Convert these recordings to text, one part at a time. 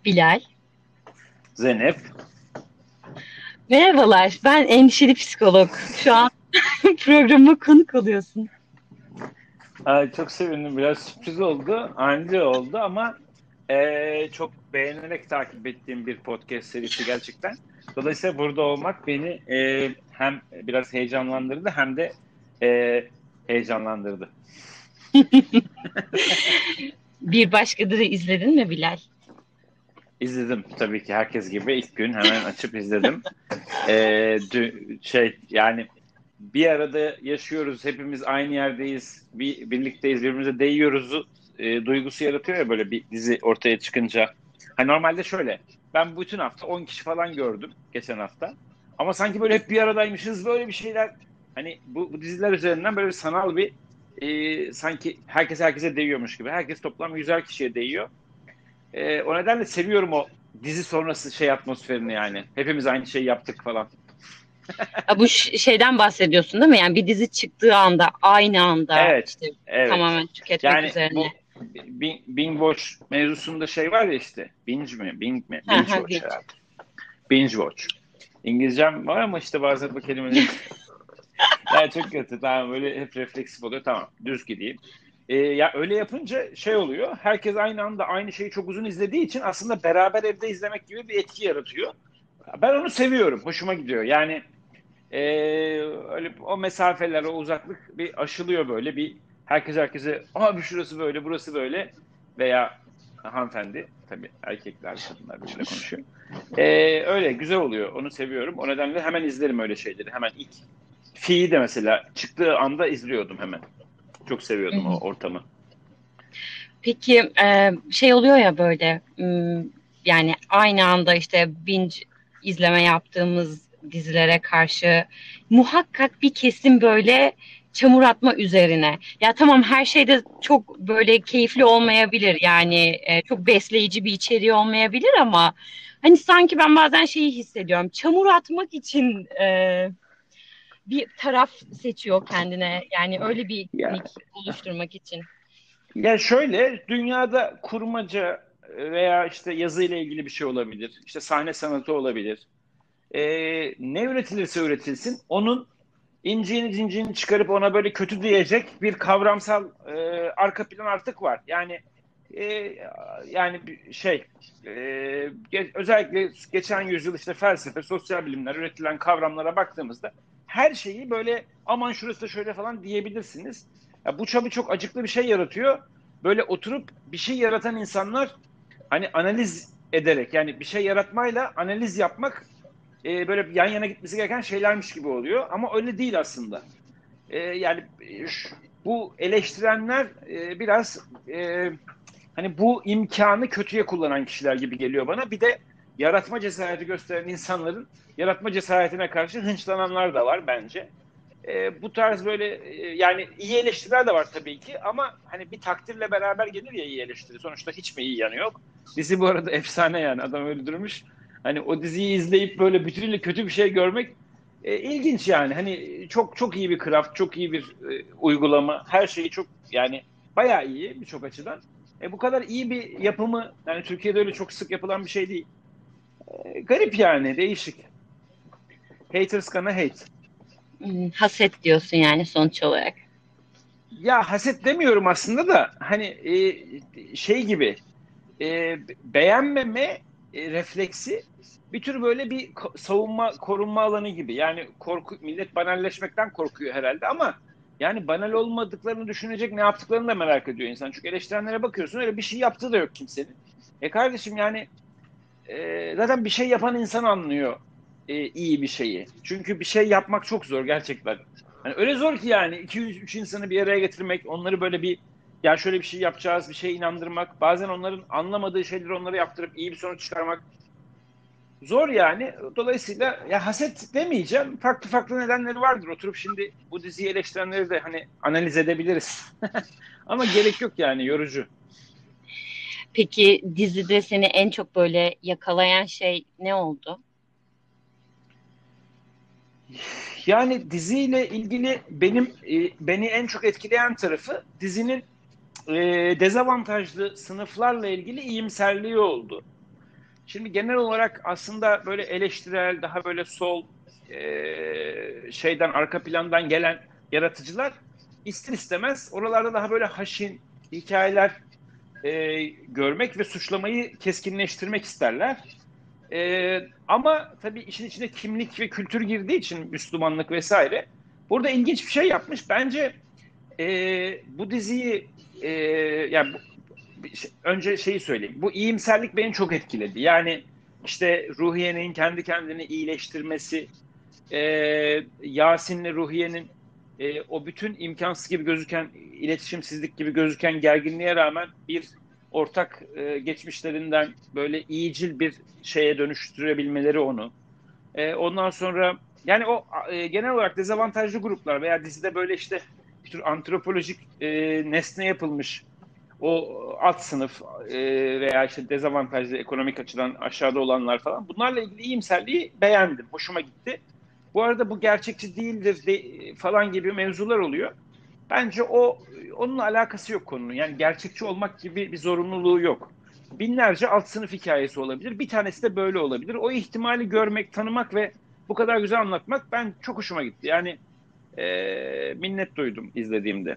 Bilal. Zeynep. Merhabalar, ben endişeli psikolog. Şu an programa konuk oluyorsun. Çok sevindim. Biraz sürpriz oldu. Ani oldu ama çok beğenerek takip ettiğim bir podcast serisi gerçekten. Dolayısıyla burada olmak beni hem biraz heyecanlandırdı hem de heyecanlandırdı. Bir başkadır izledin mi Bilal? İzledim tabii ki herkes gibi ilk gün hemen açıp izledim. Yani bir arada yaşıyoruz, hepimiz aynı yerdeyiz, birlikteyiz, birbirimize değiyoruz duygusu yaratıyor ya böyle bir dizi ortaya çıkınca. Hani normalde şöyle, ben bütün hafta 10 kişi falan gördüm geçen hafta. Ama sanki böyle hep bir aradaymışız, böyle bir şeyler. Hani bu diziler üzerinden böyle bir sanal bir sanki herkes herkese değiyormuş gibi. Herkes toplam 100'er kişiye değiyor. O nedenle seviyorum o dizi sonrası şey atmosferini yani. Hepimiz aynı şeyi yaptık falan. Bu şeyden bahsediyorsun değil mi? Yani bir dizi çıktığı anda, aynı anda Evet, işte evet. tamamen tüketmek Yani üzerine. bu Binge Watch mevzusunda şey var ya işte. Binge mi? Bing mi? Ha, Binge ha, Watch binge. herhalde. Binge Watch. İngilizcem var ama işte bazen bu kelimeleri yani çok kötü. Tamam böyle hep refleksif oluyor. Tamam düz gideyim. Ya öyle yapınca şey oluyor. Herkes aynı anda aynı şeyi çok uzun izlediği için aslında beraber evde izlemek gibi bir etki yaratıyor. Ben onu seviyorum. Hoşuma gidiyor. Yani Ee, öyle o mesafeler, o uzaklık bir aşılıyor böyle. Bir herkes herkese abi şurası böyle, burası böyle veya hanımefendi tabii erkekler, kadınlar birbiriyle konuşuyor. Öyle güzel oluyor. Onu seviyorum. O nedenle hemen izlerim öyle şeyleri. Hemen ilk Fi'yi de mesela çıktığı anda izliyordum hemen. Çok Hı seviyordum o hı. ortamı. Peki şey oluyor ya böyle yani aynı anda işte binge izleme yaptığımız dizilere karşı muhakkak bir kesim böyle çamur atma üzerine. Ya tamam her şeyde çok böyle keyifli olmayabilir yani çok besleyici bir içeriği olmayabilir ama hani sanki ben bazen şeyi hissediyorum. Çamur atmak için bir taraf seçiyor kendine yani öyle bir Ya kimlik oluşturmak için. Ya şöyle, dünyada kurmaca veya işte yazı ile ilgili bir şey olabilir. İşte sahne sanatı olabilir. Ne üretilirse üretilsin, onun inciğini cinciğini çıkarıp ona böyle kötü diyecek bir kavramsal arka plan artık var. E, yani bir şey e, özellikle geçen yüzyıl işte felsefe, sosyal bilimler üretilen kavramlara baktığımızda her şeyi böyle aman şurası da şöyle falan diyebilirsiniz. Ya bu tabii çok acıklı bir şey yaratıyor. Böyle oturup bir şey yaratan insanlar hani analiz ederek yani bir şey yaratmayla analiz yapmak böyle yan yana gitmesi gereken şeylermiş gibi oluyor. Ama öyle değil aslında. Bu eleştirenler biraz hani bu imkanı kötüye kullanan kişiler gibi geliyor bana. Bir de yaratma cesareti gösteren insanların yaratma cesaretine karşı hınçlananlar da var bence. Bu tarz böyle yani iyi eleştiriler de var tabii ki ama hani bir takdirle beraber gelir ya iyi eleştiri. Sonuçta hiç mi iyi yanı yok? Dizi bu arada efsane yani adam öyle durmuş. Hani o diziyi izleyip böyle bütünüyle kötü bir şey görmek ilginç yani. Hani çok çok iyi bir craft, çok iyi bir uygulama. Her şeyi çok yani bayağı iyi birçok açıdan. Bu kadar iyi bir yapımı yani Türkiye'de öyle çok sık yapılan bir şey değil. Garip yani değişik. Haters gonna hate. Haset diyorsun yani sonuç olarak. Ya haset demiyorum aslında da hani şey gibi beğenmeme refleksi bir tür böyle bir savunma korunma alanı gibi. Yani korku millet banalleşmekten korkuyor herhalde ama yani banal olmadıklarını düşünecek ne yaptıklarını da merak ediyor insan. Çünkü eleştirenlere bakıyorsun öyle bir şey yaptığı da yok kimsenin. Kardeşim yani zaten bir şey yapan insan anlıyor iyi bir şeyi. Çünkü bir şey yapmak çok zor gerçekten. Yani öyle zor ki yani 200-3 insanı bir araya getirmek, onları böyle bir ya şöyle bir şey yapacağız, bir şeye inandırmak, bazen onların anlamadığı şeyleri onlara yaptırıp iyi bir sonuç çıkarmak zor yani. Dolayısıyla ya haset demeyeceğim. Farklı farklı nedenleri vardır. Oturup şimdi bu diziyi eleştirenleri de hani analiz edebiliriz. Ama gerek yok yani yorucu. Peki dizide seni en çok böyle yakalayan şey ne oldu? Yani diziyle ilgili beni en çok etkileyen tarafı dizinin dezavantajlı sınıflarla ilgili iyimserliği oldu. Şimdi genel olarak aslında böyle eleştirel, daha böyle sol şeyden, arka plandan gelen yaratıcılar ister istemez oralarda daha böyle haşin hikayeler görmek ve suçlamayı keskinleştirmek isterler. Ama tabii işin içine kimlik ve kültür girdiği için, Müslümanlık vesaire. Burada ilginç bir şey yapmış. Bence bu diziyi yani önce şeyi söyleyeyim. Bu iyimserlik beni çok etkiledi. Yani işte Ruhiye'nin kendi kendini iyileştirmesi, e, Yasin'le Ruhiye'nin o bütün imkansız gibi gözüken, iletişimsizlik gibi gözüken gerginliğe rağmen bir ortak geçmişlerinden böyle iyicil bir şeye dönüştürebilmeleri onu. Ondan sonra yani o genel olarak dezavantajlı gruplar veya dizide böyle işte bir tür antropolojik nesne yapılmış o alt sınıf veya işte dezavantajlı, ekonomik açıdan aşağıda olanlar falan, bunlarla ilgili iyimserliği beğendim. Hoşuma gitti. Bu arada bu gerçekçi değildir falan gibi mevzular oluyor. Bence onunla alakası yok konunun. Yani gerçekçi olmak gibi bir zorunluluğu yok. Binlerce alt sınıf hikayesi olabilir. Bir tanesi de böyle olabilir. O ihtimali görmek, tanımak ve bu kadar güzel anlatmak ben çok hoşuma gitti. Yani minnet duydum izlediğimde.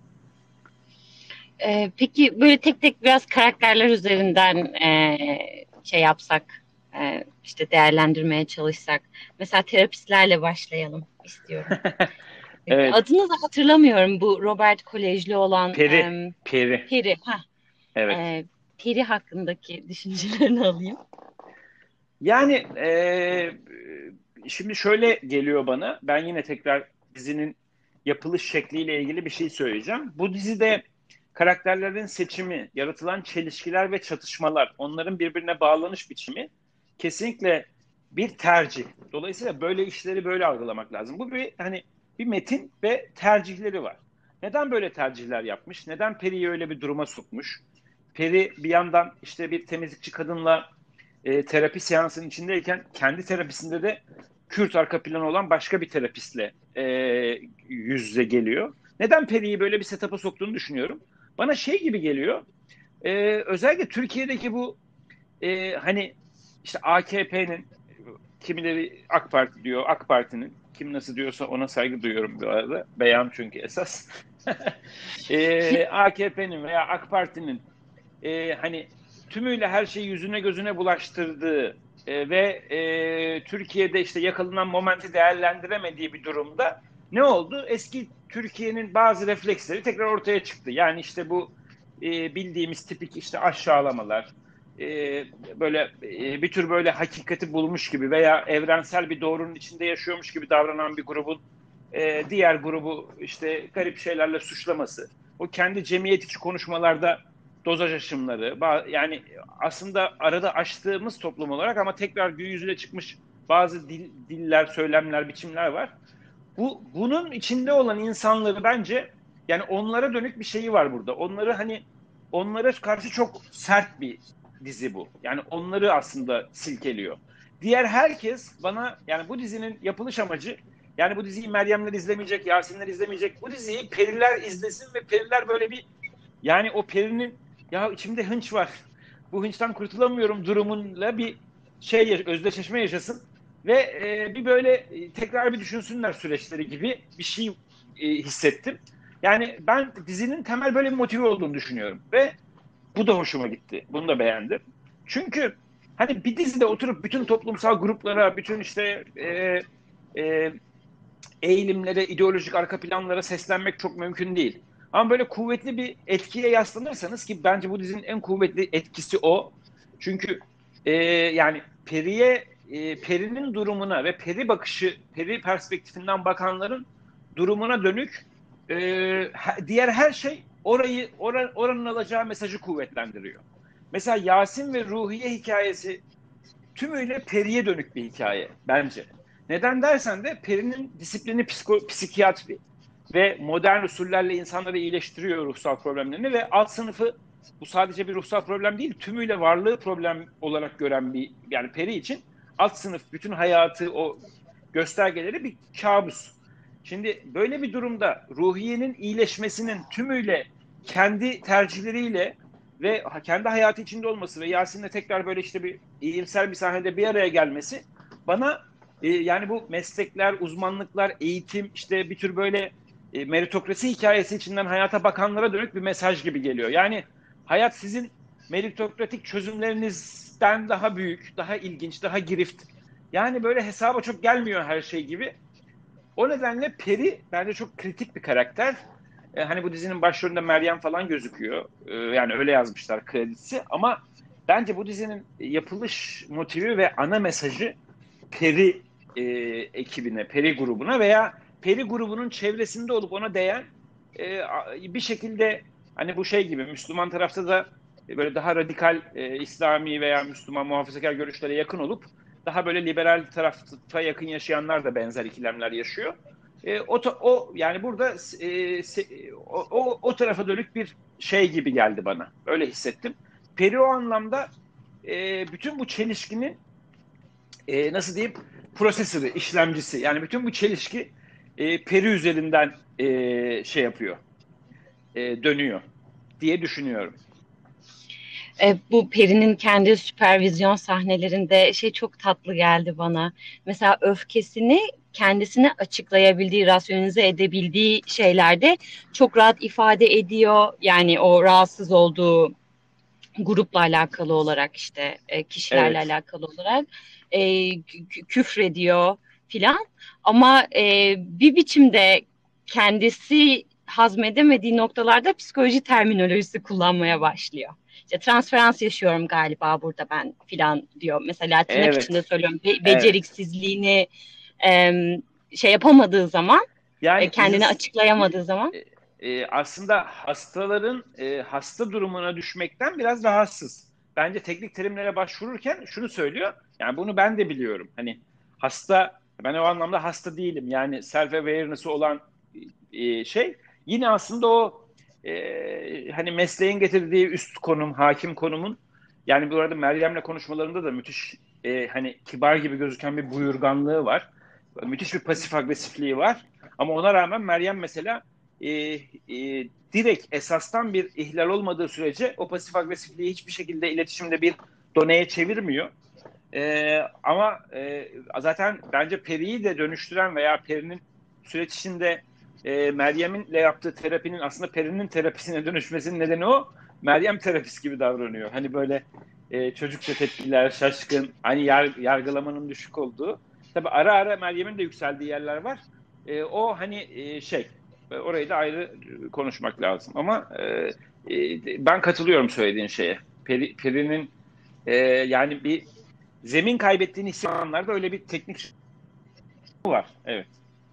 Peki böyle tek tek biraz karakterler üzerinden şey yapsak, işte değerlendirmeye çalışsak. Mesela terapistlerle başlayalım istiyorum. Evet. Adını da hatırlamıyorum, bu Robert Kolejli olan Peri. Peri. Peri. Evet. E, Peri hakkındaki düşüncelerini alayım. Yani şimdi şöyle geliyor bana. Ben yine tekrar dizinin yapılış şekliyle ilgili bir şey söyleyeceğim. Bu dizide karakterlerin seçimi, yaratılan çelişkiler ve çatışmalar, onların birbirine bağlanış biçimi kesinlikle bir tercih. Dolayısıyla böyle işleri böyle algılamak lazım. Bu bir hani bir metin ve tercihleri var. Neden böyle tercihler yapmış? Neden Peri'yi öyle bir duruma sokmuş? Peri bir yandan işte bir temizlikçi kadınla terapi seansının içindeyken kendi terapisinde de Kürt arka planı olan başka bir terapistle yüz yüze geliyor. Neden Peri'yi böyle bir setup'a soktuğunu düşünüyorum. Bana şey gibi geliyor. Özellikle Türkiye'deki bu hani işte AKP'nin, kimileri AK Parti diyor, AK Parti'nin, kim nasıl diyorsa ona saygı duyuyorum bu arada. Beyan çünkü esas. AKP'nin veya AK Parti'nin hani tümüyle her şeyi yüzüne gözüne bulaştırdığı ve Türkiye'de işte yakalanan momenti değerlendiremediği bir durumda ne oldu? Eski Türkiye'nin bazı refleksleri tekrar ortaya çıktı. Yani işte bu bildiğimiz tipik işte aşağılamalar, e, böyle bir tür böyle hakikati bulmuş gibi veya evrensel bir doğrunun içinde yaşıyormuş gibi davranan bir grubun diğer grubu işte garip şeylerle suçlaması. O kendi cemiyet içi konuşmalarda dozaj aşımları, yani aslında arada aştığımız toplum olarak ama tekrar gün yüzüne çıkmış bazı diller, söylemler, biçimler var. Bunun içinde olan insanları bence, yani onlara dönük bir şeyi var burada. Onlara karşı çok sert bir dizi bu. Yani onları aslında silkeliyor. Diğer herkes bana, yani bu dizinin yapılış amacı, yani bu diziyi Meryemler izlemeyecek, Yasinler izlemeyecek. Bu diziyi periler izlesin ve periler böyle bir, yani o perinin ya içimde hınç var, bu hınçtan kurtulamıyorum durumunla bir özdeşleşme yaşasın ve bir böyle tekrar bir düşünsünler süreçleri gibi bir şey hissettim. Yani ben dizinin temel böyle bir motive olduğunu düşünüyorum ve bu da hoşuma gitti. Bunu da beğendim. Çünkü hani bir dizide oturup bütün toplumsal gruplara, bütün işte e, eğilimlere, ideolojik arka planlara seslenmek çok mümkün değil. Ama böyle kuvvetli bir etkiye yaslanırsanız, ki bence bu dizinin en kuvvetli etkisi o. Çünkü yani Peri'nin durumuna ve Peri perspektifinden bakanların durumuna dönük e, diğer her şey oranın alacağı mesajı kuvvetlendiriyor. Mesela Yasin ve Ruhiye hikayesi tümüyle Peri'ye dönük bir hikaye bence. Neden dersen de Peri'nin disiplini psikiyatri ve modern usullerle insanları iyileştiriyor ruhsal problemlerini ve alt sınıfı, bu sadece bir ruhsal problem değil, tümüyle varlığı problem olarak gören bir, yani Peri için alt sınıf bütün hayatı, o göstergeleri bir kabus. Şimdi böyle bir durumda Ruhiye'nin iyileşmesinin tümüyle kendi tercihleriyle ve kendi hayatı içinde olması ve Yasin'le tekrar böyle işte bir iyimser bir sahnede bir araya gelmesi bana yani bu meslekler, uzmanlıklar, eğitim, işte bir tür böyle meritokrasi hikayesi içinden hayata bakanlara dönük bir mesaj gibi geliyor. Yani hayat sizin meritokratik çözümlerinizden daha büyük, daha ilginç, daha girift. Yani böyle hesaba çok gelmiyor her şey gibi. O nedenle Peri bence çok kritik bir karakter. Hani bu dizinin başrolünde Meryem falan gözüküyor. Yani öyle yazmışlar kredisi. Ama bence bu dizinin yapılış motivi ve ana mesajı Peri ekibine, Peri grubuna veya Peri grubunun çevresinde olup ona değen bir şekilde hani bu şey gibi Müslüman tarafta da böyle daha radikal İslami veya Müslüman muhafazakar görüşlere yakın olup daha böyle liberal tarafa yakın yaşayanlar da benzer ikilemler yaşıyor. O yani burada o tarafa dönük bir şey gibi geldi bana. Öyle hissettim. Peri o anlamda bütün bu çelişkinin nasıl diyeyim prosesörü, işlemcisi. Yani bütün bu çelişki Peri üzerinden şey yapıyor, dönüyor diye düşünüyorum. Bu Peri'nin kendi süpervizyon sahnelerinde şey çok tatlı geldi bana. Mesela öfkesini kendisine açıklayabildiği, rasyonize edebildiği şeylerde çok rahat ifade ediyor. Yani o rahatsız olduğu grupla alakalı olarak işte kişilerle Evet. alakalı olarak küfrediyor filan. Ama bir biçimde kendisi hazmedemediği noktalarda psikoloji terminolojisi kullanmaya başlıyor. İşte transferans yaşıyorum galiba burada ben filan diyor. Mesela tırnak içinde Evet. söylüyorum Evet. beceriksizliğini e, şey yapamadığı zaman Yani kendini açıklayamadığı zaman aslında hastaların hasta durumuna düşmekten biraz rahatsız. Bence teknik terimlere başvururken şunu söylüyor. Yani bunu ben de biliyorum. Hani hasta, ben o anlamda hasta değilim. Yani self awareness'ı olan şey yine aslında o hani mesleğin getirdiği üst konum, hakim konumun yani bu arada Meryem'le konuşmalarında da müthiş hani kibar gibi gözüken bir buyurganlığı var. Müthiş bir pasif agresifliği var. Ama ona rağmen Meryem mesela direkt esastan bir ihlal olmadığı sürece o pasif agresifliği hiçbir şekilde iletişimde bir doneye çevirmiyor. Ama zaten bence Peri'yi de dönüştüren veya Peri'nin süreç içinde Meryem'inle yaptığı terapinin aslında Peri'nin terapisine dönüşmesinin nedeni o. Meryem terapist gibi davranıyor. Hani böyle çocukça tepkiler, şaşkın, hani yargılamanın düşük olduğu. Tabii ara ara Meryem'in de yükseldiği yerler var. O hani orayı da ayrı konuşmak lazım. Ama ben katılıyorum söylediğin şeye. Peri'nin yani bir zemin kaybettiğini hissedenlerde öyle bir teknik şey var. Evet.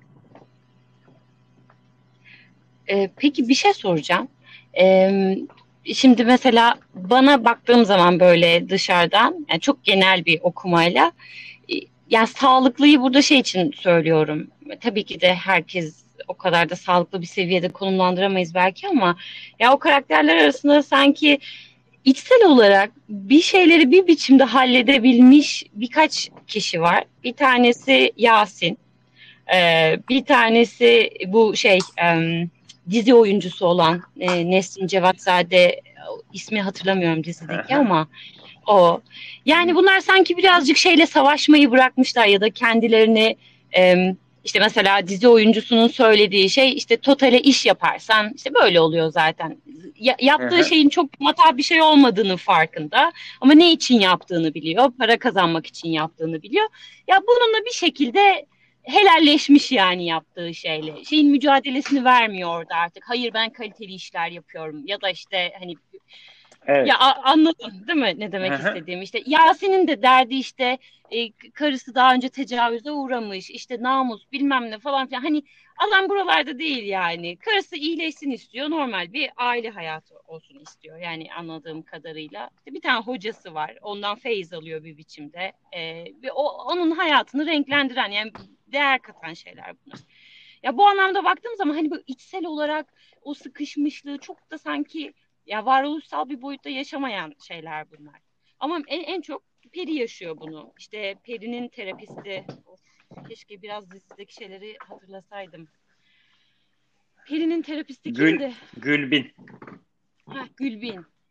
Peki bir şey soracağım. Ee, Şimdi mesela bana baktığım zaman böyle dışarıdan, yani çok genel bir okumayla, yani sağlıklıyı burada şey için söylüyorum. Tabii ki de herkes o kadar da sağlıklı bir seviyede konumlandıramayız belki ama ya o karakterler arasında sanki içsel olarak bir şeyleri bir biçimde halledebilmiş birkaç kişi var. Bir tanesi Yasin. Bir tanesi bu dizi oyuncusu olan Nesrin Cevatzade, ismi hatırlamıyorum dizideki ama o. Yani bunlar sanki birazcık şeyle savaşmayı bırakmışlar ya da kendilerini işte mesela dizi oyuncusunun söylediği şey işte totale iş yaparsan işte böyle oluyor zaten. Yaptığı şeyin çok matah bir şey olmadığını farkında ama ne için yaptığını biliyor, para kazanmak için yaptığını biliyor. Ya bununla bir şekilde helalleşmiş yani yaptığı şeyle. Şeyin mücadelesini vermiyor orada artık. Hayır ben kaliteli işler yapıyorum ya da işte hani ya Evet. anladın değil mi ne demek istediğimi? İşte Yasin'in de derdi işte karısı daha önce tecavüze uğramış, işte namus bilmem ne falan filan. Hani adam buralarda değil yani. Karısı iyileşsin istiyor, normal bir aile hayatı olsun istiyor. Yani anladığım kadarıyla. İşte bir tane hocası var, ondan feyz alıyor bir biçimde. Ve onun hayatını renklendiren yani değer katan şeyler bunlar. Ya bu anlamda baktığım zaman hani bu içsel olarak o sıkışmışlığı çok da sanki ya varoluşsal bir boyutta yaşamayan şeyler bunlar. Ama en çok Peri yaşıyor bunu. İşte Peri'nin terapisti. Of, keşke biraz dizideki şeyleri hatırlasaydım. Peri'nin terapisti kimdi? Gülbin. Ha, Gülbin.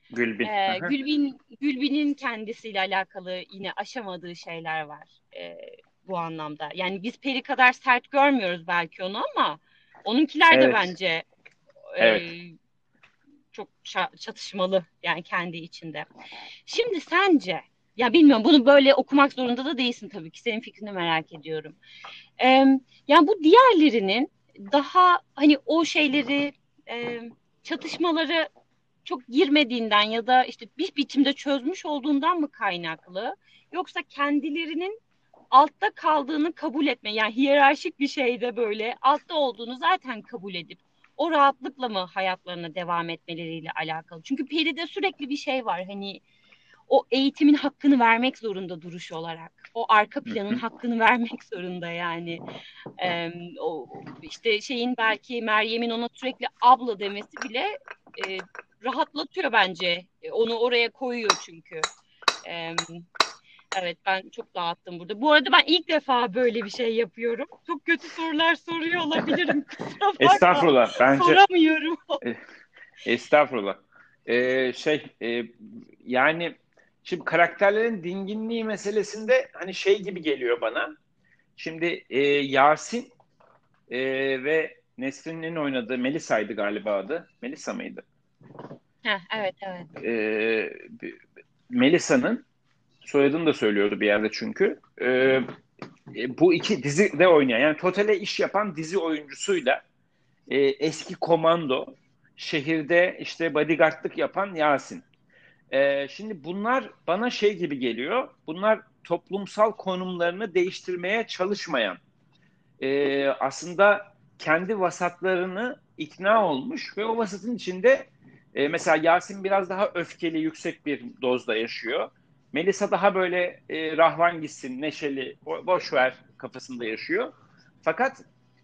Gülbin. Aha. Gülbin'in kendisiyle alakalı yine aşamadığı şeyler var bu anlamda. Yani biz Peri kadar sert görmüyoruz belki onu ama onunkiler de Evet. bence e, Evet. çok çatışmalı yani kendi içinde. Şimdi sence, ya bilmiyorum, bunu böyle okumak zorunda da değilsin tabii ki, senin fikrini merak ediyorum. Ee, Yani bu diğerlerinin daha hani o şeyleri, e, çatışmaları çok girmediğinden ya da işte bir biçimde çözmüş olduğundan mı kaynaklı, yoksa kendilerinin altta kaldığını kabul etme, yani hiyerarşik bir şeyde böyle altta olduğunu zaten kabul edip o rahatlıkla mı hayatlarına devam etmeleriyle alakalı? Çünkü Peri'de sürekli bir şey var, hani o eğitimin hakkını vermek zorunda duruş olarak. O arka Hı planın hı. hakkını vermek zorunda yani. O işte şeyin, belki Meryem'in ona sürekli abla demesi bile rahatlatıyor bence. Onu oraya koyuyor çünkü. Em, evet, ben çok dağıttım burada. Bu arada ben ilk defa böyle bir şey yapıyorum. Çok kötü sorular soruyor olabilirim. Kusura bakma. Estağfurullah. Bence Soramıyorum. e, estağfurullah. Yani şimdi karakterlerin dinginliği meselesinde hani şey gibi geliyor bana. Şimdi Yasin ve Nesrin'in oynadığı Melisa'ydı galiba adı. Melisa mıydı? Heh, evet, evet. E, Melisa'nın soyadını da söylüyordu bir yerde çünkü. Bu iki dizide oynayan yani totale iş yapan dizi oyuncusuyla eski komando şehirde işte bodyguardlık yapan Yasin. Şimdi bunlar bana şey gibi geliyor. Bunlar toplumsal konumlarını değiştirmeye çalışmayan, aslında kendi vasatlarını ikna olmuş ve o vasatın içinde mesela Yasin biraz daha öfkeli, yüksek bir dozda yaşıyor. Melisa daha böyle rahvan gitsin, neşeli, boş ver kafasında yaşıyor. Fakat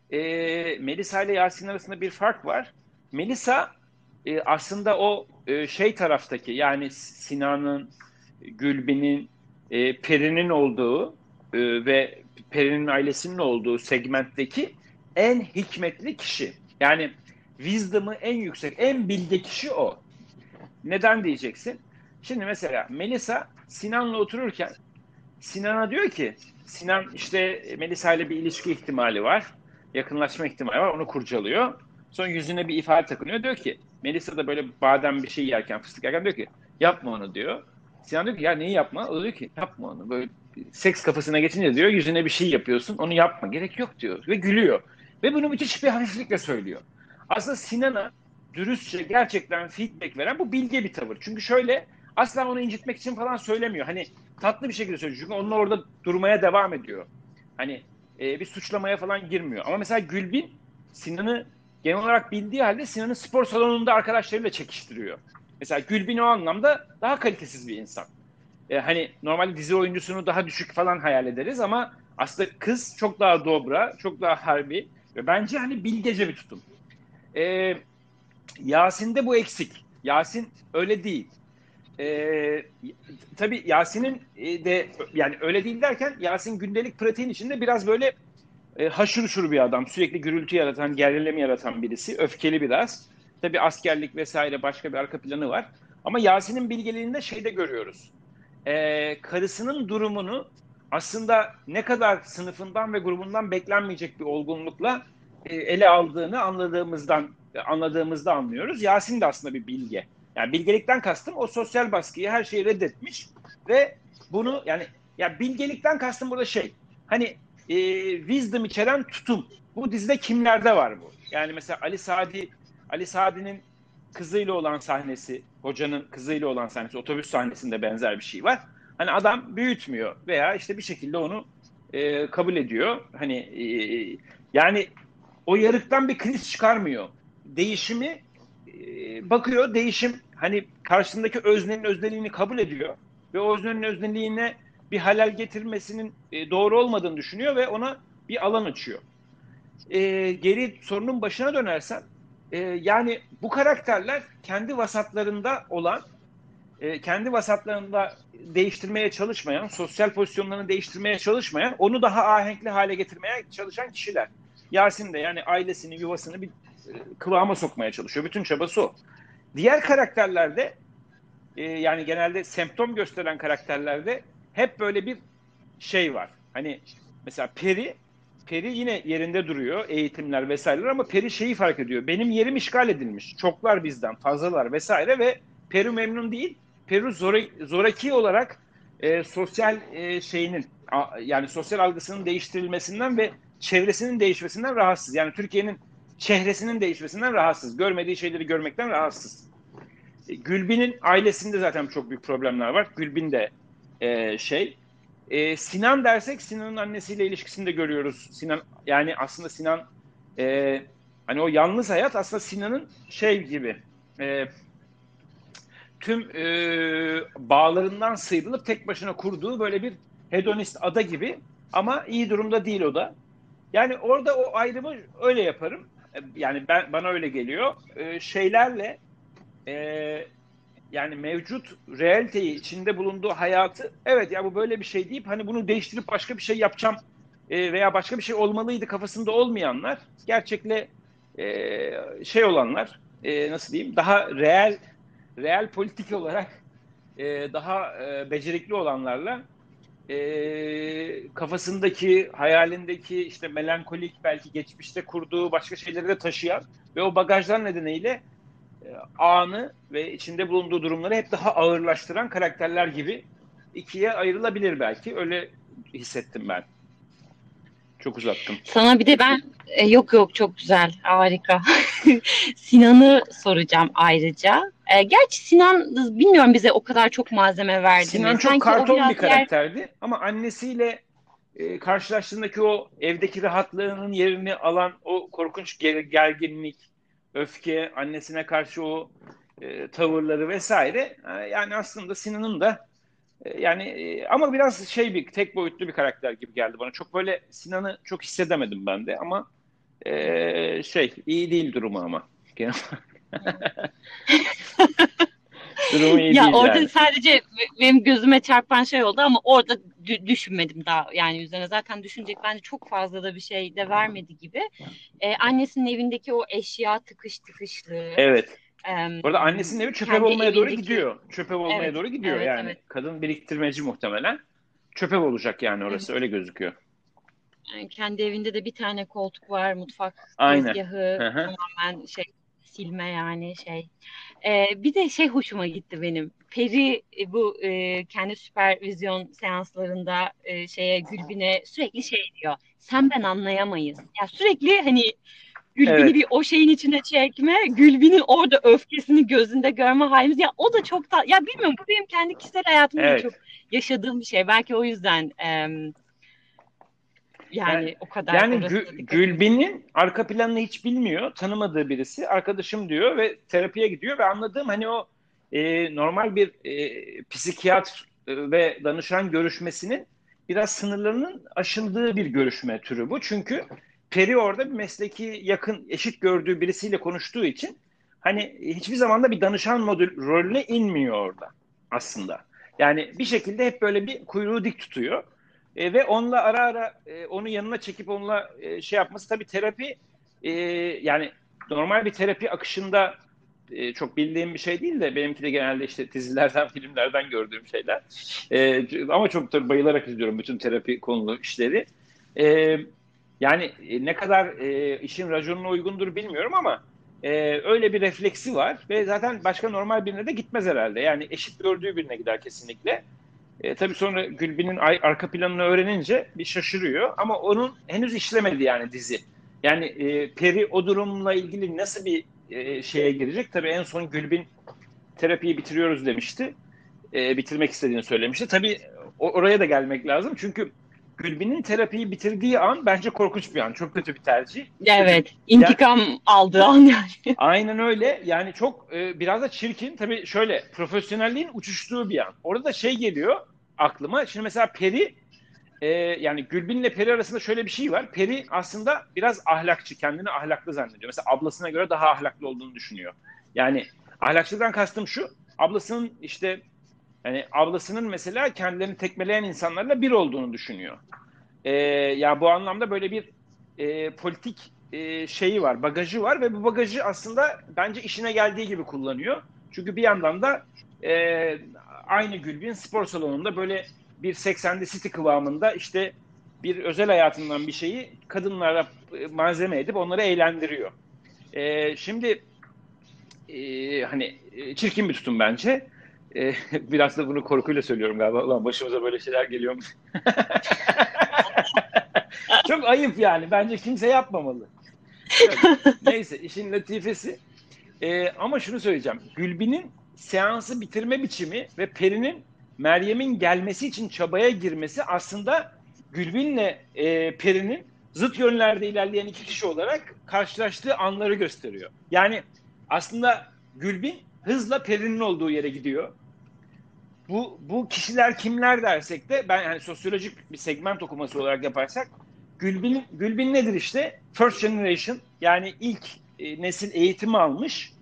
Melisa ile Yasin arasında bir fark var. Melisa aslında o şey taraftaki yani Sinan'ın, Gülbin'in, Peri'nin olduğu ve Peri'nin ailesinin olduğu segmentteki en hikmetli kişi. Yani wisdom'ı en yüksek, en bilge kişi o. Neden diyeceksin? Şimdi mesela Melisa Sinan'la otururken Sinan'a diyor ki Sinan işte Melisa ile bir ilişki ihtimali var. Yakınlaşma ihtimali var. Onu kurcalıyor. Sonra yüzüne bir ifade takınıyor. Diyor ki Melisa da böyle badem bir şey yerken, fıstık yerken diyor ki yapma onu diyor. Sinan diyor ki ya neyi yapma? O diyor ki yapma onu. Böyle seks kafasına geçince diyor yüzüne bir şey yapıyorsun. Onu yapma. Gerek yok diyor. Ve gülüyor. Ve bunu müthiş bir hafiflikle söylüyor. Aslında Sinan'a dürüstçe gerçekten feedback veren bu bilge bir tavır. Çünkü şöyle asla onu incitmek için falan söylemiyor. Hani tatlı bir şekilde söylüyor. Çünkü onunla orada durmaya devam ediyor. Hani bir suçlamaya falan girmiyor. Ama mesela Gülbin Sinan'ı genel olarak bildiği halde Sinan'ı spor salonunda arkadaşlarıyla çekiştiriyor. Mesela Gülbin o anlamda daha kalitesiz bir insan. Hani normalde dizi oyuncusunu daha düşük falan hayal ederiz ama aslında kız çok daha dobra, çok daha harbi ve bence hani bilgece bir tutum. E, Yasin'de bu eksik. Yasin öyle değil. Ee, tabii Yasin'in de yani öyle değil derken Yasin gündelik pratiğin içinde biraz böyle haşır uşur bir adam. Sürekli gürültü yaratan, gerilimi yaratan birisi. Öfkeli biraz. Tabii askerlik vesaire başka bir arka planı var. Ama Yasin'in bilgeliğinde şey de görüyoruz. Karısının durumunu aslında ne kadar sınıfından ve grubundan beklenmeyecek bir olgunlukla ele aldığını anladığımızda anlıyoruz. Yasin de aslında bir bilge. Yani bilgelikten kastım o sosyal baskıyı her şeyi reddetmiş ve bunu yani ya bilgelikten kastım burada şey hani wisdom içeren tutum. Bu dizide kimlerde var bu? Yani mesela Ali Sadi'nin kızıyla olan sahnesi, hocanın kızıyla olan sahnesi, otobüs sahnesinde benzer bir şey var. Hani adam büyütmüyor veya işte bir şekilde onu kabul ediyor. Hani yani o yarıktan bir kriz çıkarmıyor. Değişimi bakıyor, değişim hani karşısındaki öznenin özneliğini kabul ediyor ve o öznenin özneliğine bir halel getirmesinin doğru olmadığını düşünüyor ve ona bir alan açıyor. Geri sorunun başına dönersen yani bu karakterler kendi vasatlarında olan kendi vasatlarında değiştirmeye çalışmayan, sosyal pozisyonlarını değiştirmeye çalışmayan, onu daha ahenkli hale getirmeye çalışan kişiler. Yasin de yani ailesini, yuvasını bir kıvama sokmaya çalışıyor. Bütün çabası o. Diğer karakterlerde yani genelde semptom gösteren karakterlerde hep böyle bir şey var. Hani mesela Peri yine yerinde duruyor, eğitimler vesaireler, ama Peri şeyi fark ediyor. Benim yerim işgal edilmiş. Çoklar bizden, fazlalar vesaire ve Peri memnun değil. Peri zoraki olarak sosyal şeyinin, yani sosyal algısının değiştirilmesinden ve çevresinin değişmesinden rahatsız. Yani Türkiye'nin çehresinin değişmesinden rahatsız. Görmediği şeyleri görmekten rahatsız. Gülbin'in ailesinde zaten çok büyük problemler var. Gülbin de Sinan dersek, Sinan'ın annesiyle ilişkisini de görüyoruz. Sinan, yani aslında Sinan, hani o yalnız hayat aslında Sinan'ın şey gibi, tüm bağlarından sıyrılıp tek başına kurduğu böyle bir hedonist ada gibi, ama iyi durumda değil o da. Yani orada o ayrımı öyle yaparım. Yani bana öyle geliyor. Şeylerle, yani mevcut realiteyi, içinde bulunduğu hayatı, evet ya bu böyle bir şey deyip hani bunu değiştirip başka bir şey yapacağım veya başka bir şey olmalıydı kafasında olmayanlar, gerçekle şey olanlar, nasıl diyeyim, daha real politik olarak daha becerikli olanlarla kafasındaki, hayalindeki işte melankolik, belki geçmişte kurduğu başka şeyleri de taşıyan ve o bagajlar nedeniyle anı ve içinde bulunduğu durumları hep daha ağırlaştıran karakterler gibi ikiye ayrılabilir belki. Öyle hissettim ben. Çok uzattım. Sana bir de ben yok yok, çok güzel, harika. Sinan'ı soracağım ayrıca. Gerçi Sinan, bilmiyorum, bize o kadar çok malzeme verdi mi? Sinan çok Sanki o karton bir biraz yer. karakterdi ama annesiyle karşılaştığındaki o evdeki rahatlığının yerini alan o korkunç gerginlik, öfke, annesine karşı o tavırları vesaire. Yani aslında Sinan'ın da yani ama biraz şey, bir tek boyutlu bir karakter gibi geldi bana. Çok böyle Sinan'ı çok hissedemedim ben de, ama şey, iyi değil durumu ama. Durumu iyi Ya değil orada yani. sadece benim gözüme çarpan şey oldu ama orada düşünmedim daha, yani üzerine zaten düşünecek bence çok fazla da bir şey de vermedi gibi. Annesinin evindeki o eşya tıkış tıkışlığı, Evet. em, Bu arada annesinin evi çöp ev kendi olmaya doğru evindeki, gidiyor. Çöp ev olmaya evet doğru gidiyor evet yani. evet Kadın biriktirmeci muhtemelen. Çöp ev olacak yani, orası evet. öyle gözüküyor. Yani kendi evinde de bir tane koltuk var, mutfak Aynen. tezgahı Hı hı. tamamen şey, silme yani şey. Bir de şey hoşuma gitti benim. Peri bu kendi süpervizyon seanslarında şeye, Gülbin'e sürekli şey diyor. Sen ben anlayamayız. Ya sürekli hani Gülbin'i Evet. bir o şeyin içine çekme, Gülbin'in orada öfkesini gözünde görme halimiz. Ya o da çok da, ya bilmiyorum, bu benim kendi kişisel hayatımda da çok Evet. yaşadığım bir şey. Belki o yüzden Yani yani o kadar yani orası da dikkatimi çekti. Gülbin'in arka planını hiç bilmiyor. Tanımadığı birisi. Arkadaşım diyor ve terapiye gidiyor ve anladığım hani o normal bir psikiyatr ve danışan görüşmesinin biraz sınırlarının aşıldığı bir görüşme türü bu. Çünkü Peri orada bir mesleki yakın, eşit gördüğü birisiyle konuştuğu için hani hiçbir zaman da bir danışan modül rolüne inmiyor orada aslında. Yani bir şekilde hep böyle bir kuyruğu dik tutuyor. Ve onunla ara ara onu yanına çekip onunla şey yapması, tabii terapi, yani normal bir terapi akışında çok bildiğim bir şey değil de, benimki de genelde işte dizilerden, filmlerden gördüğüm şeyler. Ama çok tabii bayılarak izliyorum bütün terapi konulu işleri. E, Yani ne kadar işin raconuna uygundur bilmiyorum ama öyle bir refleksi var ve zaten başka normal birine de gitmez herhalde. Yani eşit gördüğü birine gider kesinlikle. Tabii sonra Gülbin'in arka planını öğrenince bir şaşırıyor, ama onun henüz işlemedi yani dizi. Yani Peri o durumla ilgili nasıl bir şeye girecek? Tabii en son Gülbin terapiyi bitiriyoruz demişti. Bitirmek istediğini söylemişti. Tabii oraya da gelmek lazım. Çünkü Gülbin'in terapiyi bitirdiği an bence korkunç bir an. Çok kötü bir tercih. Çünkü Evet, ya, intikam aldığı an yani. aynen öyle. Yani çok biraz da çirkin. Tabii şöyle, profesyonelliğin uçuştuğu bir an. Orada da şey geliyor aklıma. Şimdi mesela Peri, yani Gülbin'le Peri arasında şöyle bir şey var. Peri aslında biraz ahlakçı, kendini ahlaklı zannediyor. Mesela ablasına göre daha ahlaklı olduğunu düşünüyor. Yani ahlakçılıktan kastım şu. Ablasının işte, yani ablasının mesela kendilerini tekmeleyen insanlarla bir olduğunu düşünüyor. Ya bu anlamda böyle bir politik şeyi var, bagajı var ve bu bagajı aslında bence işine geldiği gibi kullanıyor. Çünkü bir yandan da Aynı Gülbin spor salonunda böyle bir Sex and the City kıvamında işte bir özel hayatından bir şeyi kadınlara malzeme edip onları eğlendiriyor. Şimdi hani çirkin bir tutum bence. Biraz da bunu korkuyla söylüyorum galiba. Ulan başımıza böyle şeyler geliyor mu? Çok ayıp yani. Bence kimse yapmamalı. Evet. Neyse işin latifesi. Ama şunu söyleyeceğim. Gülbin'in seansı bitirme biçimi ve Peri'nin Meryem'in gelmesi için çabaya girmesi aslında Gülbin'le Peri'nin zıt yönlerde ilerleyen iki kişi olarak karşılaştığı anları gösteriyor. Yani aslında Gülbin hızla Peri'nin olduğu yere gidiyor. Bu kişiler kimler dersek de ben yani sosyolojik bir segment okuması olarak yaparsak Gülbin nedir işte? First generation yani ilk nesil eğitimi almış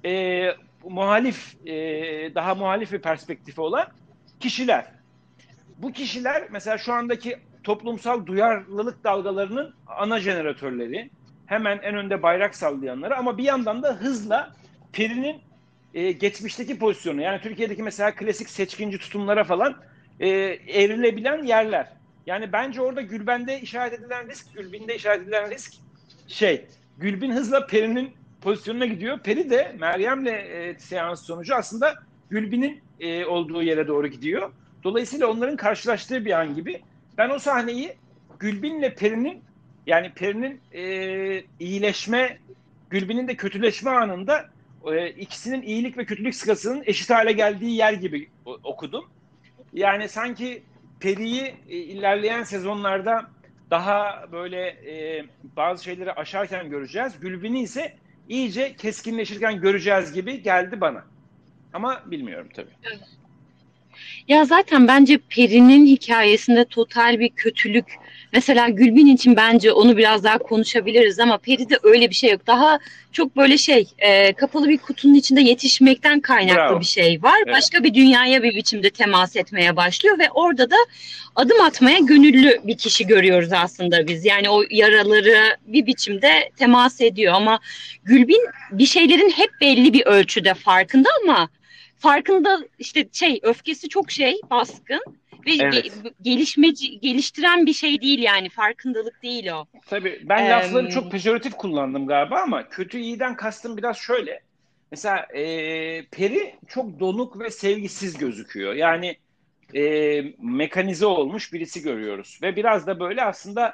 muhalif daha muhalif bir perspektifi olan kişiler. Bu kişiler mesela şu andaki toplumsal duyarlılık dalgalarının ana jeneratörleri. Hemen en önde bayrak sallayanları ama bir yandan da hızla Peri'nin geçmişteki pozisyonu yani Türkiye'deki mesela klasik seçkinci tutumlara falan evrilebilen yerler. Yani bence orada Gülben'de işaret edilen risk, Gülbin'de işaret edilen risk Gülbin hızla Peri'nin pozisyonuna gidiyor. Peri de Meryem'le seans sonucu aslında Gülbin'in olduğu yere doğru gidiyor. Dolayısıyla onların karşılaştığı bir an gibi. Ben o sahneyi Gülbin'le Peri'nin yani Peri'nin iyileşme, Gülbin'in de kötüleşme anında ikisinin iyilik ve kötülük skalasının eşit hale geldiği yer gibi okudum. Yani sanki Peri'yi ilerleyen sezonlarda daha böyle bazı şeyleri aşarken göreceğiz. Gülbin'i ise iyice keskinleşirken göreceğiz gibi geldi bana. Ama bilmiyorum tabii. Ya zaten bence Peri'nin hikayesinde total bir kötülük. Mesela Gülbin için bence onu biraz daha konuşabiliriz ama Peri'de öyle bir şey yok. Daha çok böyle kapalı bir kutunun içinde yetişmekten kaynaklı Bravo. bir şey var. Evet. Başka bir dünyaya bir biçimde temas etmeye başlıyor ve orada da adım atmaya gönüllü bir kişi görüyoruz aslında biz. Yani o yaraları bir biçimde temas ediyor ama Gülbin bir şeylerin hep belli bir ölçüde farkında ama farkında işte öfkesi çok baskın ve Evet. geliştiren bir şey değil yani farkındalık değil o. Tabii ben Ee, lafları çok pejoratif kullandım galiba ama kötü iyiden kastım biraz şöyle. Mesela Peri çok donuk ve sevgisiz gözüküyor. Yani mekanize olmuş birisi görüyoruz. Ve biraz da böyle aslında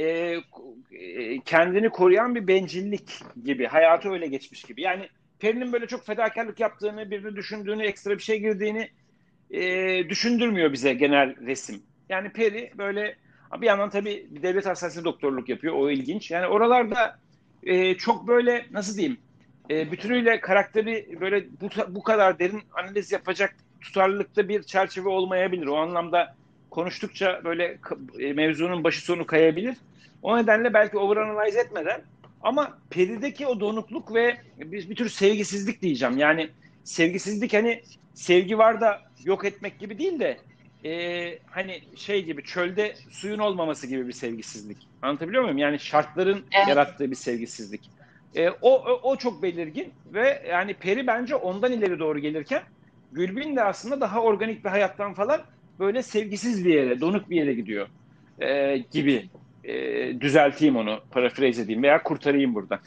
kendini koruyan bir bencillik gibi. Hayatı öyle geçmiş gibi. Yani Peri'nin böyle çok fedakarlık yaptığını, birini düşündüğünü, ekstra bir şey girdiğini düşündürmüyor bize genel resim. Yani Peri böyle bir yandan tabii devlet hastanesinde doktorluk yapıyor. O ilginç. Yani oralarda çok böyle nasıl diyeyim bütünüyle karakteri böyle bu kadar derin analiz yapacak tutarlılıkta bir çerçeve olmayabilir. O anlamda konuştukça böyle mevzunun başı sonu kayabilir. O nedenle belki overanalyze etmeden ama Peri'deki o donukluk ve bir tür sevgisizlik diyeceğim. Yani sevgisizlik hani sevgi var da yok etmek gibi değil de hani gibi çölde suyun olmaması gibi bir sevgisizlik. Anlatabiliyor muyum? Yani şartların evet. yarattığı bir sevgisizlik. O çok belirgin ve yani Peri bence ondan ileri doğru gelirken Gülbin de aslında daha organik bir hayattan falan böyle sevgisiz bir yere, donuk bir yere gidiyor gibi. Düzelteyim onu, paraphrase edeyim veya kurtarayım buradan.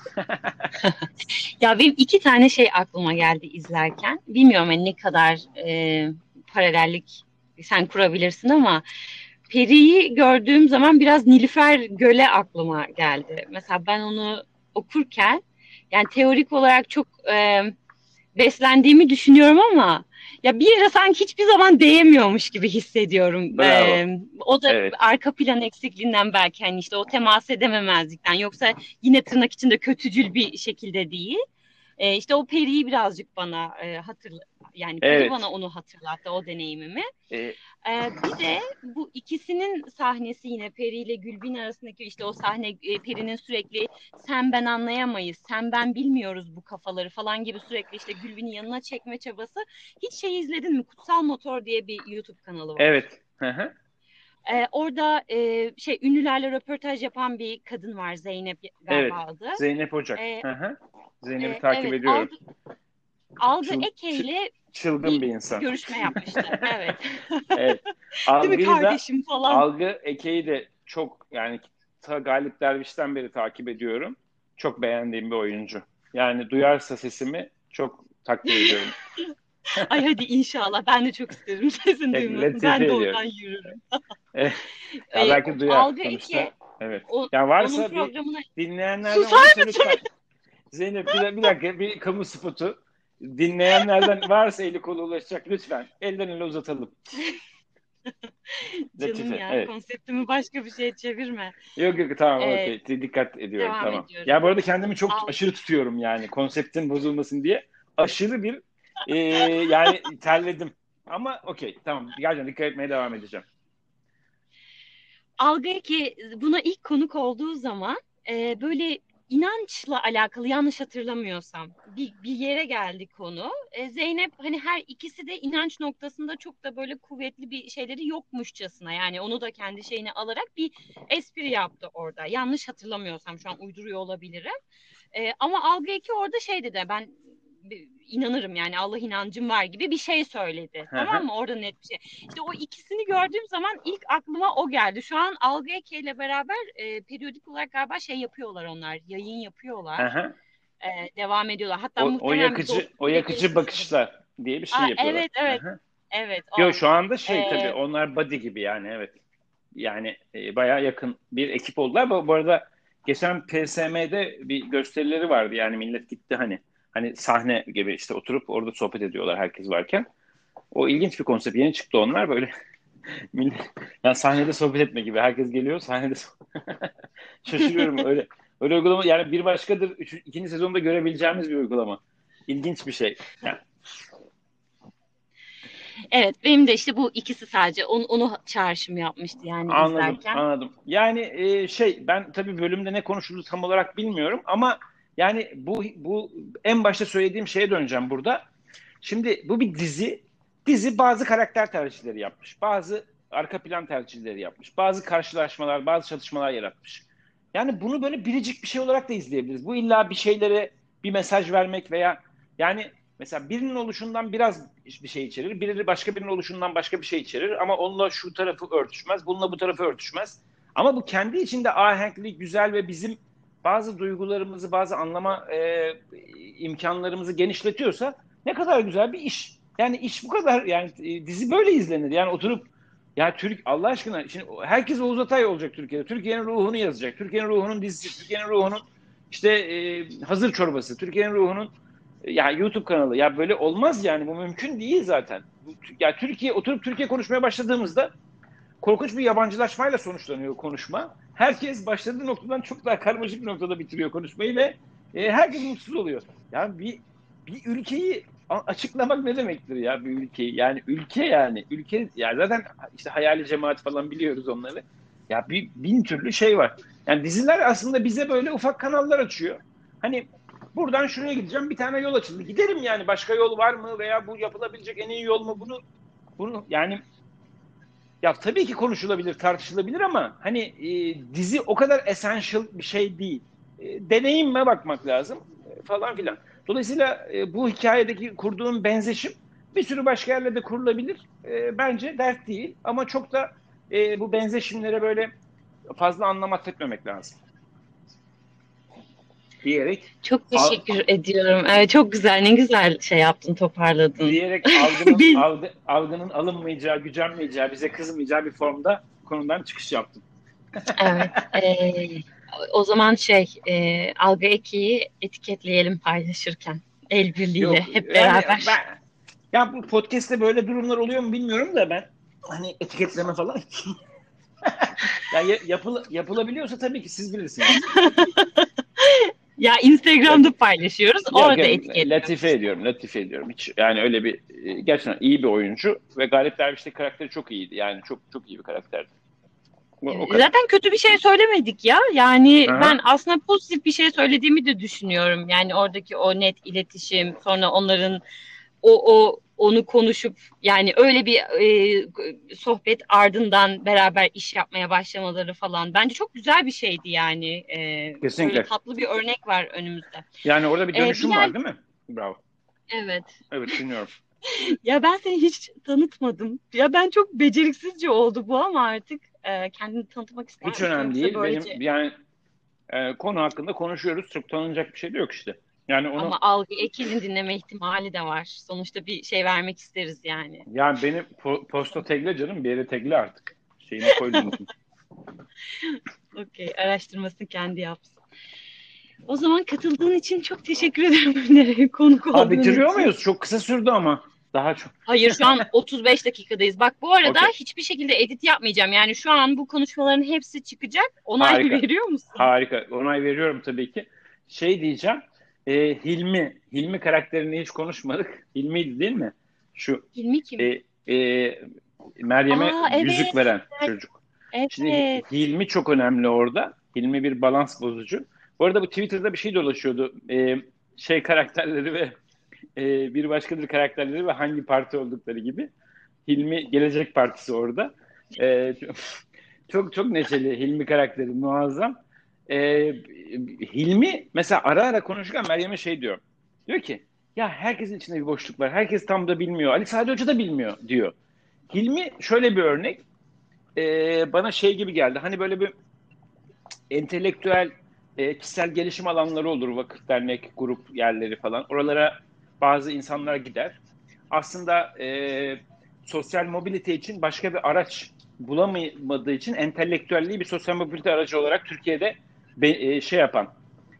Ya benim iki tane aklıma geldi izlerken. Bilmiyorum hani ne kadar paralellik sen kurabilirsin ama Peri'yi gördüğüm zaman biraz Nilüfer Göle aklıma geldi. Mesela ben onu okurken yani teorik olarak çok beslendiğimi düşünüyorum ama ya bir yere sanki hiçbir zaman değemiyormuş gibi hissediyorum. Bravo. O da Evet. arka plan eksikliğinden belki hani işte o temas edememezlikten yoksa yine tırnak içinde kötücül bir şekilde değil. İşte o Peri'yi birazcık bana yani Peri bana Evet. onu hatırlattı o deneyimimi. E, Bir de bu ikisinin sahnesi yine Peri ile Gülbin arasındaki işte o sahne Peri'nin sürekli sen ben anlayamayız, sen ben bilmiyoruz bu kafaları falan gibi sürekli işte Gülbin'i yanına çekme çabası. Hiç izledin mi? Kutsal Motor diye bir YouTube kanalı var. evet. Hı hı. Orada ünlülerle röportaj yapan bir kadın var Zeynep galiba Evet. adı. Zeynep Ocak. E, Hı hı. Zeynep'i takip evet ediyorum. Algı Çıl, Eke ile Çılgın bir bir insan. görüşme yapmıştı. Evet. Evet. Değil mi Algıyı da kardeşim falan. Algı Eke'yi de çok yani Galip Derviş'ten beri takip ediyorum. Çok beğendiğim bir oyuncu. Yani duyarsa sesimi çok takdir ediyorum. Ay hadi inşallah. Ben de çok isterim sesin duymasını. Latife Ben de ediyorum. oradan yürürüm. Evet. Ya belki duyar Algı Eke sonuçta. Evet. o, Yani onun varsa bir programına dinleyenlerden susar varsa mısın? lütfen Zeynep bir dakika bir kamu spotu. Dinleyenlerden varsa eli kolu ulaşacak lütfen. Elden ele uzatalım. Canım Latife. ya Evet. konseptimi başka bir şeye çevirme. Yok yok tamam Ee, okey. Dikkat ediyorum Devam tamam. Ya ediyorum. bu arada kendimi çok Al, aşırı tutuyorum yani konseptin bozulmasın diye. Aşırı bir yani terledim. Ama okey tamam. Gerçekten dikkat etmeye devam edeceğim. Algı ki buna ilk konuk olduğu zaman böyle inançla alakalı yanlış hatırlamıyorsam bir yere geldi konu. Zeynep hani her ikisi de inanç noktasında çok da böyle kuvvetli bir şeyleri yokmuşçasına yani onu da kendi şeyine alarak bir espri yaptı orada. Yanlış hatırlamıyorsam şu an uyduruyor olabilirim. Ama Algı Eki orada şey dedi ben inanırım yani Allah inancım var gibi bir şey söyledi. Hı Tamam hı. mı? Orada net bir şey. İşte o ikisini gördüğüm zaman ilk aklıma o geldi. Şu an Algı Eke ile beraber periyodik olarak galiba şey yapıyorlar onlar. Yayın Hı yapıyorlar. hı. Devam ediyorlar. Hatta O muhtemelen bir yakıcı o dostluk bile yakıcı gelişmiştir. bakışlar diye bir şey Aa, yapıyorlar. evet Hı evet. hı. Evet Yo o. şu anda şey tabii E, onlar buddy gibi yani evet. Yani bayağı yakın bir ekip oldular. Bu arada geçen PSM'de bir gösterileri vardı. Yani millet gitti hani sahne gibi işte oturup orada sohbet ediyorlar herkes varken. O ilginç bir konsept. Yeni çıktı onlar böyle millet, yani sahnede sohbet etme gibi. Herkes geliyor sahnede şaşırıyorum öyle uygulama yani bir başkadır ikinci sezonda görebileceğimiz bir uygulama. İlginç bir şey. Yani evet benim de işte bu ikisi sadece onu çağrışım yapmıştı yani anladım, izlerken. anladım. Yani ben tabii bölümde ne konuşuldu tam olarak bilmiyorum ama yani bu en başta söylediğim şeye döneceğim burada. Şimdi bu bir dizi. Dizi bazı karakter tercihleri yapmış. Bazı arka plan tercihleri yapmış. Bazı karşılaşmalar, bazı çatışmalar yaratmış. Yani bunu böyle biricik bir şey olarak da izleyebiliriz. Bu illa bir şeylere bir mesaj vermek veya yani mesela birinin oluşundan biraz bir şey içerir, biri başka birinin oluşundan başka bir şey içerir ama onunla şu tarafı örtüşmez, bununla bu tarafı örtüşmez. Ama bu kendi içinde ahenkli, güzel ve bizim bazı duygularımızı, bazı anlama imkanlarımızı genişletiyorsa ne kadar güzel bir iş. Yani iş bu kadar yani dizi böyle izlenir. Yani oturup ya Allah aşkına şimdi herkes Oğuz Atay olacak Türkiye'de. Türkiye'nin ruhunu yazacak. Türkiye'nin ruhunun dizisi, Türkiye'nin ruhunun işte hazır çorbası, Türkiye'nin ruhunun ya YouTube kanalı. Ya böyle olmaz yani bu mümkün değil zaten. Ya Türkiye konuşmaya başladığımızda korkunç bir yabancılaşmayla sonuçlanıyor konuşma. Herkes başladığı noktadan çok daha karmaşık bir noktada bitiriyor konuşmayı ve herkes mutsuz oluyor. Yani bir ülkeyi açıklamak ne demektir ya bir ülkeyi? Yani ülke yani zaten işte hayali cemaat falan biliyoruz onları. Ya bin türlü şey var. Yani diziler aslında bize böyle ufak kanallar açıyor. Hani buradan şuraya gideceğim bir tane yol açıldı. Giderim yani başka yol var mı veya bu yapılabilecek en iyi yol mu bunu yani ya tabii ki konuşulabilir, tartışılabilir ama hani dizi o kadar essential bir şey değil. Deneyime bakmak lazım falan filan. Dolayısıyla bu hikayedeki kurduğum benzeşim bir sürü başka yerle de kurulabilir. Bence dert değil ama çok da bu benzeşimlere böyle fazla anlam atfetmemek lazım diyerek Çok al, teşekkür ediyorum. Evet, çok güzel, ne güzel şey yaptın, toparladın. diyerek Biz, algının alınmayacağı, gücenmeyeceği, bize kızmayacağı bir formda konudan çıkış yaptım. evet. O zaman Algı Eki'yi etiketleyelim paylaşırken. El birliğiyle Yok hep yani beraber. ya bu podcast'te böyle durumlar oluyor mu bilmiyorum da ben hani etiketleme falan ya yapılabiliyorsa tabii ki siz bilirsiniz. Ya Lat Instagram'da paylaşıyoruz. yok, Orada yok, etiketliyoruz. latife ediyorum. Hiç yani öyle bir gerçekten iyi bir oyuncu ve Galip Derviş'teki karakteri çok iyiydi. Yani çok çok iyi bir karakterdi. O kadar. Zaten kötü bir şey söylemedik ya. Yani ben Aha. aslında pozitif bir şey söylediğimi de düşünüyorum. Yani oradaki o net iletişim, sonra onların onu konuşup yani öyle bir sohbet ardından beraber iş yapmaya başlamaları falan bence çok güzel bir şeydi yani. Böyle Kesinlikle. tatlı bir örnek var önümüzde. Yani orada bir dönüşüm Bilal, var değil mi? Bravo. evet. Evet dinliyorum. Ya ben seni hiç tanıtmadım. Ya ben çok beceriksizce oldu bu ama artık kendini tanıtmak ister Hiç misin? önemli Yoksa değil. böylece Benim yani konu hakkında konuşuyoruz. Çok tanınacak bir şey de yok işte. Yani ama onu Algı Ekin'in dinleme ihtimali de var. Sonuçta bir şey vermek isteriz yani. yani beni posta tegle canım, bir yere tegle artık. Şeyine koy linkini. Okey, araştırmasını kendi yapsın. O zaman katıldığın için çok teşekkür ederim Öner'e konuk Ha, olduğun bitiriyor için. muyuz? Çok kısa sürdü ama. Daha çok. Hayır şu an 35 dakikadayız. Bak bu arada Okey. hiçbir şekilde edit yapmayacağım. Yani şu an bu konuşmaların hepsi çıkacak. Onay Harika. veriyor musun? Harika. Onay veriyorum tabii ki. Şey diyeceğim. Hilmi karakterini hiç konuşmadık. Hilmi'ydi değil mi? Şu Hilmi kim? e, e, Meryem'e Aa yüzük evet. veren çocuk. Şimdi Evet. Hilmi çok önemli orada. Hilmi bir balans bozucu. Bu arada bu Twitter'da bir şey dolaşıyordu. Şey karakterleri ve bir başkadır karakterleri ve hangi parti oldukları gibi. Hilmi Gelecek Partisi orada. Çok çok neşeli. Hilmi karakteri muazzam. Ee, Hilmi mesela ara ara konuşurken Meryem'e şey diyor. Diyor ki ya herkesin içinde bir boşluk var. Herkes tam da bilmiyor. Ali Sadi Hoca da bilmiyor diyor. Hilmi şöyle bir örnek. Bana şey gibi geldi. Hani böyle bir entelektüel kişisel gelişim alanları olur. Vakıf, dernek, grup yerleri falan. Oralara bazı insanlar gider. Aslında sosyal mobilite için başka bir araç bulamadığı için entelektüelliği bir sosyal mobilite aracı olarak Türkiye'de şey yapan,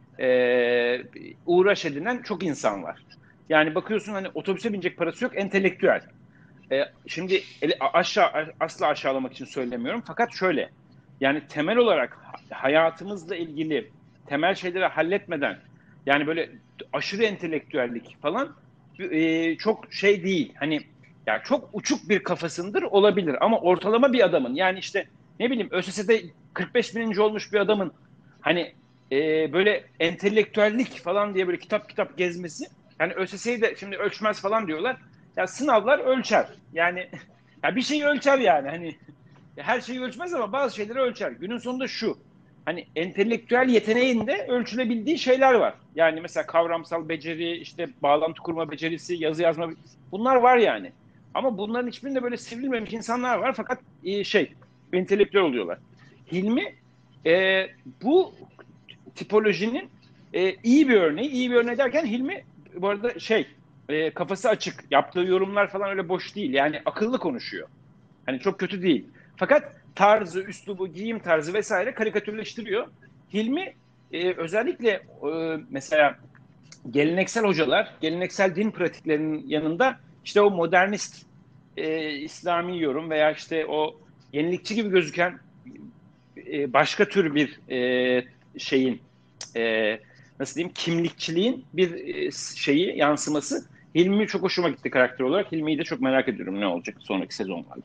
uğraş edinen çok insan var. Yani bakıyorsun hani otobüse binecek parası yok, entelektüel. Şimdi asla aşağılamak için söylemiyorum. Fakat şöyle, yani temel olarak hayatımızla ilgili temel şeyleri halletmeden, yani böyle aşırı entelektüellik falan çok şey değil. Hani ya çok uçuk bir kafasındır olabilir ama ortalama bir adamın, yani işte ne bileyim ÖSS'de 45 bininci olmuş bir adamın hani böyle entelektüellik falan diye böyle kitap gezmesi, yani ÖSS'yi de şimdi ölçmez falan diyorlar. Ya sınavlar ölçer. Yani ya bir şeyi ölçer yani. Hani her şeyi ölçmez ama bazı şeyleri ölçer. Günün sonunda şu. Hani entelektüel yeteneğin de ölçülebildiği şeyler var. Yani mesela kavramsal beceri, işte bağlantı kurma becerisi, yazı yazma, bunlar var yani. Ama bunların hiçbirinde böyle sivrilmemiş insanlar var fakat şey entelektüel oluyorlar. Hilmi e, bu tipolojinin iyi bir örneği. İyi bir örneği derken Hilmi bu arada şey kafası açık. Yaptığı yorumlar falan öyle boş değil. Yani akıllı konuşuyor. Hani çok kötü değil. Fakat tarzı, üslubu, giyim tarzı vesaire karikatürleştiriyor. Hilmi özellikle mesela geleneksel hocalar, geleneksel din pratiklerinin yanında işte o modernist İslami yorum veya işte o yenilikçi gibi gözüken başka tür bir şeyin nasıl diyeyim kimlikçiliğin bir şeyi yansıması Hilmi çok hoşuma gitti karakter olarak. Hilmi'yi de çok merak ediyorum ne olacak sonraki sezonlarda.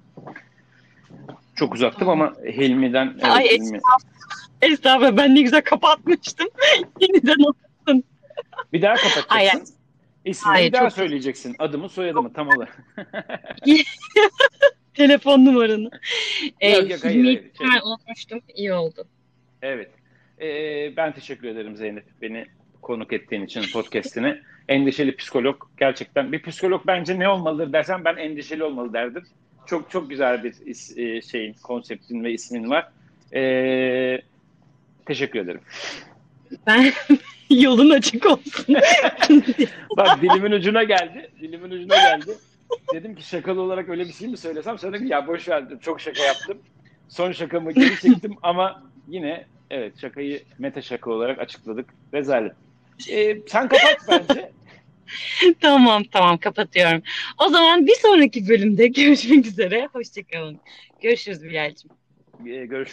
Çok uzattım Tamam. ama Hilmi'den Ay evet Hilmi. estağfurullah ben ne güzel kapatmıştım. Yeniden olsun. Bir daha Hayır, kapatacaksın. İsmini hayır bir daha çok güzel. söyleyeceksin. Adımı soyadımı tam olarak. Telefon numaranı. Yok yok hayır Hilmi'yi hayır. hemen unutmuştum. İyi oldu. Evet. Ben teşekkür ederim Zeynep. Beni konuk ettiğin için podcast'ine. Endişeli psikolog. Gerçekten bir psikolog bence ne olmalıdır dersen ben endişeli olmalı derdim. Çok çok güzel bir şeyin, konseptin ve ismin var. Ee, Teşekkür ederim. Ben yolun açık olsun. Bak dilimin ucuna geldi. Dilimin ucuna geldi. Dedim ki şakalı olarak öyle bir şey mi söylesem? Sonra dedim ki ya boş ver. Çok şaka yaptım. Son şakamı geri çektim ama yine evet şakayı meta şaka olarak açıkladık. Rezalet. Sen kapat bence. Tamam kapatıyorum. O zaman bir sonraki bölümde görüşmek üzere. Hoşça kalın. Görüşürüz Bilal'cim. Görüşürüz.